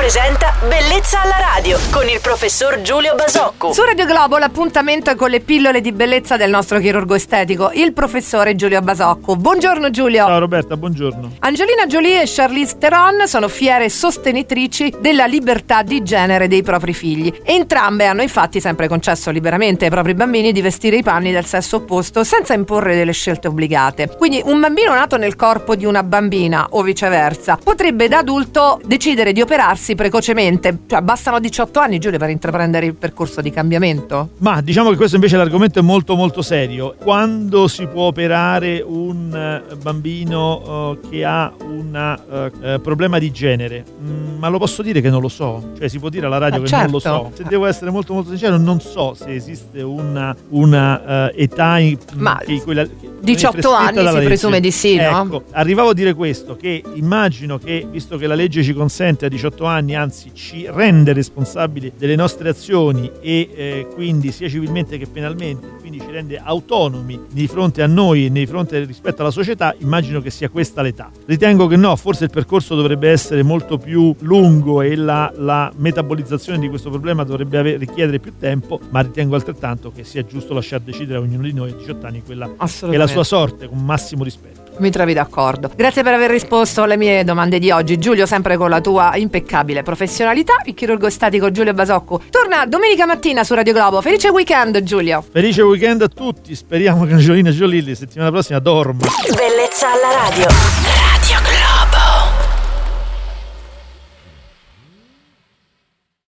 presenta Bellezza alla radio con il professor Giulio Basocco. Su Radio Globo l'appuntamento è con le pillole di bellezza del nostro chirurgo estetico, il professore Giulio Basocco. Buongiorno Giulio. Ciao Roberta, buongiorno. Angelina Jolie e Charlize Theron sono fiere sostenitrici della libertà di genere dei propri figli. Entrambe hanno infatti sempre concesso liberamente ai propri bambini di vestire i panni del sesso opposto senza imporre delle scelte obbligate. Quindi un bambino nato nel corpo di una bambina o viceversa potrebbe da adulto decidere di operarsi precocemente, cioè bastano 18 anni, Giulio, per intraprendere il percorso di cambiamento? Ma diciamo che questo invece l'argomento è molto molto serio. Quando si può operare un bambino che ha un problema di genere? Ma lo posso dire che non lo so, cioè si può dire alla radio che non lo so. Se devo essere molto molto sincero, non so se esiste una età in quella 18 anni si presume di sì, no? Ecco, arrivavo a dire questo, che immagino che, visto che la legge ci consente a 18 anni, anzi ci rende responsabili delle nostre azioni e quindi sia civilmente che penalmente, quindi ci rende autonomi di fronte a noi e di fronte rispetto alla società, immagino che sia questa l'età. Ritengo che no, forse il percorso dovrebbe essere molto più lungo e la metabolizzazione di questo problema dovrebbe richiedere più tempo, ma ritengo altrettanto che sia giusto lasciar decidere a ognuno di noi a 18 anni quella che è la sua sorte, con massimo rispetto. Mi trovi d'accordo. Grazie per aver risposto alle mie domande di oggi, Giulio, sempre con la tua impeccabile professionalità. Il chirurgo estetico Giulio Basocco torna domenica mattina su Radio Globo. Felice weekend, Giulio. Felice weekend a tutti. Speriamo che Angelina Jolie la settimana prossima dorma. Bellezza alla radio.